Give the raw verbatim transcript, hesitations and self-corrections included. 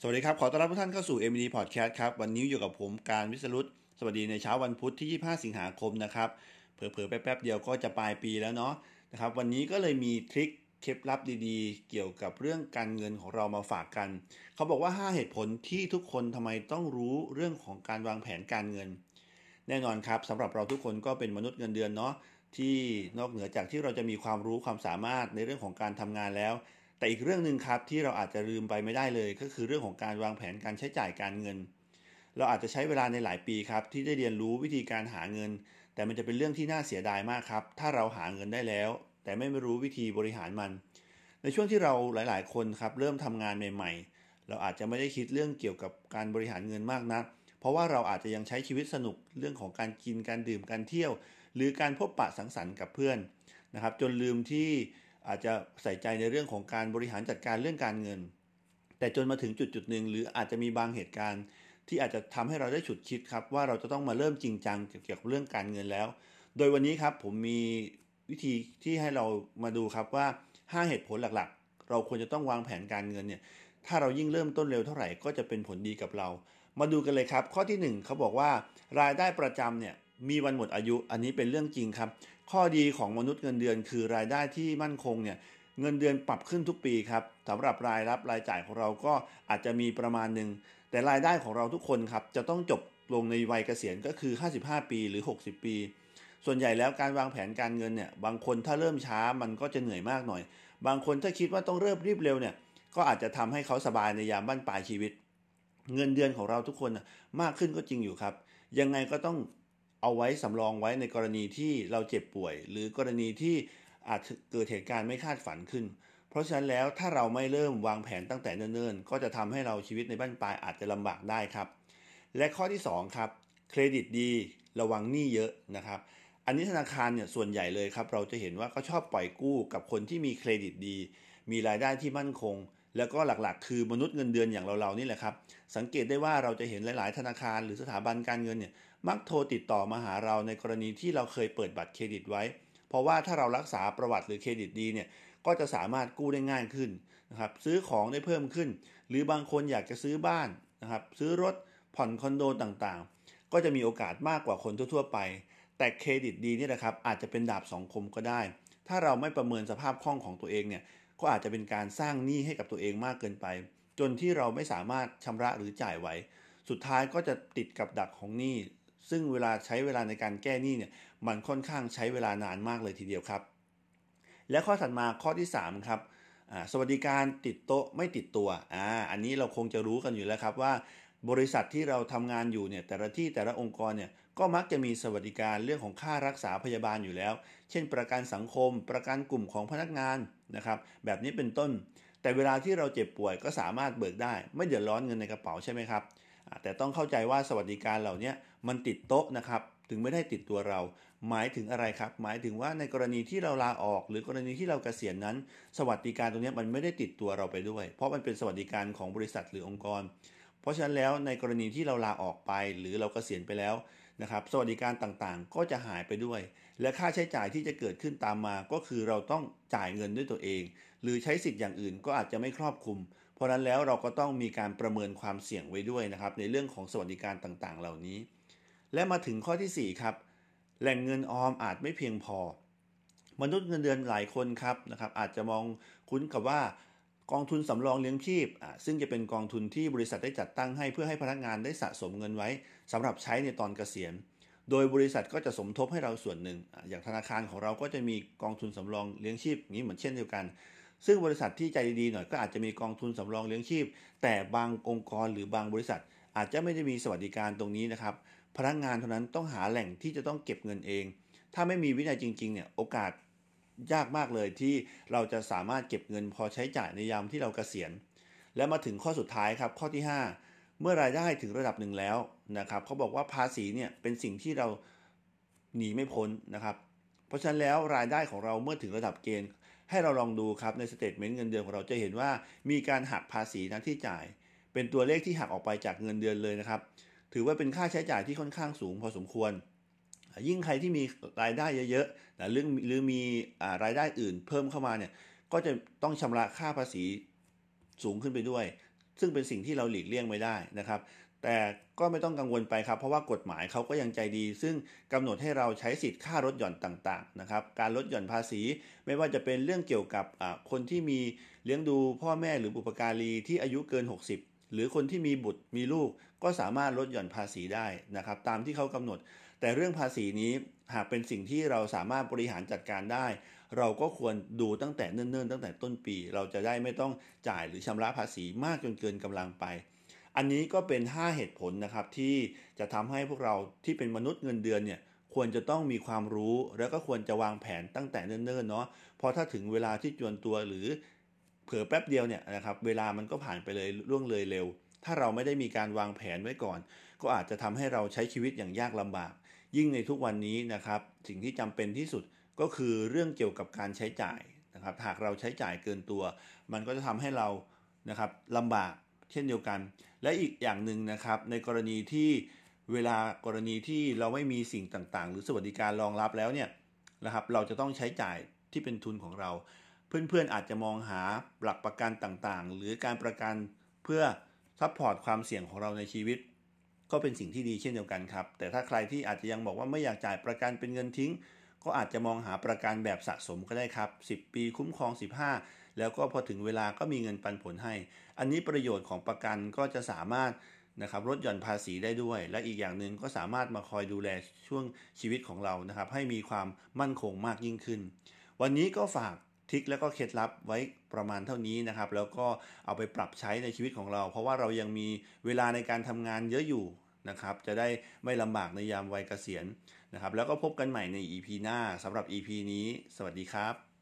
สวัสดีครับขอต้อนรับทุกท่านเข้าสู่ เอ็ม วี ดี Podcast ครับวันนี้อยู่กับผมการวิศรุตสวัสดีในเช้าวันพุธที่ยี่สิบห้าสิงหาคมนะครับเผลอๆแป๊บๆเดียวก็จะปลายปีแล้วเนาะนะครับวันนี้ก็เลยมีทริคเคล็ดลับดีๆเกี่ยวกับเรื่องการเงินของเรามาฝากกันเขาบอกว่าห้าเหตุผลที่ทุกคนทำไมต้องรู้เรื่องของการวางแผนการเงินแน่นอนครับสำหรับเราทุกคนก็เป็นมนุษย์เงินเดือนเนาะที่นอกเหนือจากที่เราจะมีความรู้ความสามารถในเรื่องของการทำงานแล้วแต่อีกเรื่องนึงครับที่เราอาจจะลืมไปไม่ได้เลยก็คือเรื่องของการวางแผนการใช้จ่ายการเงินเราอาจจะใช้เวลาในหลายปีครับที่ได้เรียนรู้วิธีการหาเงินแต่มันจะเป็นเรื่องที่น่าเสียดายมากครับถ้าเราหาเงินได้แล้วแต่ไม่รู้วิธีบริหารมันในช่วงที่เราหลายๆคนครับเริ่มทำงานใหม่ๆเราอาจจะไม่ได้คิดเรื่องเกี่ยวกับการบริหารเงินมากนักเพราะว่าเราอาจจะยังใช้ชีวิตสนุกเรื่องของการกินการดื่มการเที่ยวหรือการพบปะสังสรรค์กับเพื่อนนะครับจนลืมที่อาจจะใส่ใจในเรื่องของการบริหารจัดการเรื่องการเงินแต่จนมาถึงจุดจุดหนึ่งหรืออาจจะมีบางเหตุการณ์ที่อาจจะทำให้เราได้ฉุดคิดครับว่าเราจะต้องมาเริ่มจริงจังเกี่ยวกับเรื่องการเงินแล้วโดยวันนี้ครับผมมีวิธีที่ให้เรามาดูครับว่าห้าเหตุผลหลักๆเราควรจะต้องวางแผนการเงินเนี่ยถ้าเรายิ่งเริ่มต้นเร็วเท่าไหร่ก็จะเป็นผลดีกับเรามาดูกันเลยครับข้อที่หนึ่งเขาบอกว่ารายได้ประจำเนี่ยมีวันหมดอายุอันนี้เป็นเรื่องจริงครับข้อดีของมนุษย์เงินเดือนคือรายได้ที่มั่นคงเนี่ยเงินเดือนปรับขึ้นทุกปีครับสำหรับรายรับรายจ่ายของเราก็อาจจะมีประมาณหนึ่งแต่รายได้ของเราทุกคนครับจะต้องจบลงในวัยเกษียณก็คือห้าสิบห้าปีหรือหกสิบปีส่วนใหญ่แล้วการวางแผนการเงินเนี่ยบางคนถ้าเริ่มช้ามันก็จะเหนื่อยมากหน่อยบางคนถ้าคิดว่าต้องเริ่มรีบเร็วเนี่ยก็อาจจะทำให้เขาสบายในยามบั้นปลายชีวิตเงินเดือนของเราทุกคนมากขึ้นก็จริงอยู่ครับยังไงก็ต้องเอาไว้สำรองไว้ในกรณีที่เราเจ็บป่วยหรือกรณีที่อาจเกิดเหตุการณ์ไม่คาดฝันขึ้นเพราะฉะนั้นแล้วถ้าเราไม่เริ่มวางแผนตั้งแต่เนิ่นๆก็จะทำให้เราชีวิตในบั้นปลายอาจจะลำบากได้ครับและข้อที่สองครับเครดิตดีระวังหนี้เยอะนะครับอันนี้ธนาคารเนี่ยส่วนใหญ่เลยครับเราจะเห็นว่าเขาชอบปล่อยกู้กับคนที่มีเครดิตดีมีรายได้ที่มั่นคงแล้วก็หลักๆคือมนุษย์เงินเดือนอย่างเราๆนี่แหละครับสังเกตได้ว่าเราจะเห็นหลายๆธนาคารหรือสถาบันการเงินเนี่ยมักโทรติดต่อมาหาเราในกรณีที่เราเคยเปิดบัตรเครดิตไว้เพราะว่าถ้าเรารักษาประวัติหรือเครดิตดีเนี่ยก็จะสามารถกู้ได้ง่ายขึ้นนะครับซื้อของได้เพิ่มขึ้นหรือบางคนอยากจะซื้อบ้านนะครับซื้อรถผ่อนคอนโดต่างๆก็จะมีโอกาสมากกว่าคนทั่วๆไปแต่เครดิตดีนี่นะครับอาจจะเป็นดาบสองคมก็ได้ถ้าเราไม่ประเมินสภาพคล่องของตัวเองเนี่ยก็อาจจะเป็นการสร้างหนี้ให้กับตัวเองมากเกินไปจนที่เราไม่สามารถชำระหรือจ่ายไหวสุดท้ายก็จะติดกับดักของหนี้ซึ่งเวลาใช้เวลาในการแก้หนี้เนี่ยมันค่อนข้างใช้เวลานานมากเลยทีเดียวครับและข้อถัดมาข้อที่สามครับสวัสดิการติดโต๊ะไม่ติดตัวอ่าอันนี้เราคงจะรู้กันอยู่แล้วครับว่าบริษัทที่เราทำงานอยู่เนี่ยแต่ละที่แต่ละองค์กรเนี่ยก็มักจะมีสวัสดิการเรื่องของค่ารักษาพยาบาลอยู่แล้วเช่นประกันสังคมประกันกลุ่มของพนักงานนะครับแบบนี้เป็นต้นแต่เวลาที่เราเจ็บป่วยก็สามารถเบิกได้ไม่เดือดร้อนเงินในกระเป๋าใช่ไหมครับแต่ต้องเข้าใจว่าสวัสดิการเหล่านี้มันติดโต๊ะนะครับถึงไม่ได้ติดตัวเราหมายถึงอะไรครับหมายถึงว่าในกรณีที่เราลาออกหรือกรณีที่เราเกษียณนั้นสวัสดิการตรงนี้มันไม่ได้ติดตัวเราไปด้วยเพราะมันเป็นสวัสดิการของบริษัทหรือองค์กรเพราะฉะนั้นแล้วในกรณีที่เราลาออกไปหรือเราเกษียณไปแล้วนะครับสวัสดิการต่างๆก็จะหายไปด้วยและค่าใช้จ่ายที่จะเกิดขึ้นตามมาก็คือเราต้องจ่ายเงินด้วยตัวเองหรือใช้สิทธิ์อย่างอื่นก็อาจจะไม่ครอบคลุมเพราะนั้นแล้วเราก็ต้องมีการประเมินความเสี่ยงไว้ด้วยนะครับในเรื่องของสวัสดิการต่างๆเหล่านี้และมาถึงข้อที่สี่ครับแหล่งเงินออมอาจไม่เพียงพอมนุษย์เงินเดือนหลายคนครับนะครับอาจจะมองคุ้นกับว่ากองทุนสำรองเลี้ยงชีพซึ่งจะเป็นกองทุนที่บริษัทได้จัดตั้งให้เพื่อให้พนักงานได้สะสมเงินไว้สำหรับใช้ในตอนเกษียณโดยบริษัทก็จะสมทบให้เราส่วนหนึ่งอย่างธนาคารของเราก็จะมีกองทุนสำรองเลี้ยงชีพนี้เหมือนเช่นเดียวกันซึ่งบริษัทที่ใจดีๆหน่อยก็อาจจะมีกองทุนสำรองเลี้ยงชีพแต่บางองค์กรหรือบางบริษัทอาจจะไม่ได้มีสวัสดิการตรงนี้นะครับพนักงานเท่านั้นต้องหาแหล่งที่จะต้องเก็บเงินเองถ้าไม่มีวินัยจริงๆเนี่ยโอกาสยากมากเลยที่เราจะสามารถเก็บเงินพอใช้จ่ายในยามที่เราเกษียณและมาถึงข้อสุดท้ายครับข้อที่ห้าเมื่อรายได้ถึงระดับหนึ่งแล้วนะครับเขาบอกว่าภาษีเนี่ยเป็นสิ่งที่เราหนีไม่พ้นนะครับเพราะฉะนั้นแล้วรายได้ของเราเมื่อถึงระดับเกณฑ์ให้เราลองดูครับในสเตทเมนต์เงินเดือนของเราจะเห็นว่ามีการหักภาษีหน้าที่จ่ายเป็นตัวเลขที่หักออกไปจากเงินเดือนเลยนะครับถือว่าเป็นค่าใช้จ่ายที่ค่อนข้างสูงพอสมควรยิ่งใครที่มีรายได้เยอะๆนะหรือหรือมีรายได้อื่นเพิ่มเข้ามาเนี่ยก็จะต้องชำระค่าภาษีสูงขึ้นไปด้วยซึ่งเป็นสิ่งที่เราหลีกเลี่ยงไม่ได้นะครับแต่ก็ไม่ต้องกังวลไปครับเพราะว่ากฎหมายเขาก็ยังใจดีซึ่งกำหนดให้เราใช้สิทธิ์ค่ารถหย่อนต่างๆนะครับการลดหย่อนภาษีไม่ว่าจะเป็นเรื่องเกี่ยวกับคนที่มีเลี้ยงดูพ่อแม่หรือบุพการีที่อายุเกินหกสิบหรือคนที่มีบุตรมีลูกก็สามารถลดหย่อนภาษีได้นะครับตามที่เขากำหนดแต่เรื่องภาษีนี้หากเป็นสิ่งที่เราสามารถบริหารจัดการได้เราก็ควรดูตั้งแต่เนิ่นๆตั้งแต่ต้นปีเราจะได้ไม่ต้องจ่ายหรือชำระภาษีมากจนเกินกำลังไปอันนี้ก็เป็นห้าเหตุผลนะครับที่จะทำให้พวกเราที่เป็นมนุษย์เงินเดือนเนี่ยควรจะต้องมีความรู้แล้วก็ควรจะวางแผนตั้งแต่เนิ่นๆเนาะเพราะถ้าถึงเวลาที่จวนตัวหรือเผลอแป๊บเดียวเนี่ยนะครับเวลามันก็ผ่านไปเลยล่วงเลยเร็วถ้าเราไม่ได้มีการวางแผนไว้ก่อนก็อาจจะทำให้เราใช้ชีวิตอย่างยากลำบากยิ่งในทุกวันนี้นะครับสิ่งที่จำเป็นที่สุดก็คือเรื่องเกี่ยวกับการใช้จ่ายนะครับหากเราใช้จ่ายเกินตัวมันก็จะทำให้เรานะครับลำบากเช่นเดียวกันและอีกอย่างหนึ่งนะครับในกรณีที่เวลากรณีที่เราไม่มีสิ่งต่างๆหรือสวัสดิการรองรับแล้วเนี่ยนะครับเราจะต้องใช้จ่ายที่เป็นทุนของเราเพื่อนๆอาจจะมองหาหลักประกันต่างๆหรือการประกันเพื่อซัพพอร์ตความเสี่ยงของเราในชีวิตก็เป็นสิ่งที่ดีเช่นเดียวกันครับแต่ถ้าใครที่อาจจะยังบอกว่าไม่อยากจ่ายประกันเป็นเงินทิ้งก็อาจจะมองหาประกันแบบสะสมก็ได้ครับสิบปีคุ้มครองสิบห้าแล้วก็พอถึงเวลาก็มีเงินปันผลให้อันนี้ประโยชน์ของประกันก็จะสามารถนะครับลดหย่อนภาษีได้ด้วยและอีกอย่างหนึ่งก็สามารถมาคอยดูแลช่วงชีวิตของเรานะครับให้มีความมั่นคงมากยิ่งขึ้นวันนี้ก็ฝากทริคและก็เคล็ดลับไว้ประมาณเท่านี้นะครับแล้วก็เอาไปปรับใช้ในชีวิตของเราเพราะว่าเรายังมีเวลาในการทำงานเยอะอยู่นะครับจะได้ไม่ลำบากในยามวัยเกษียณนะครับแล้วก็พบกันใหม่ใน อี พี หน้าสำหรับ อี พี นี้สวัสดีครับ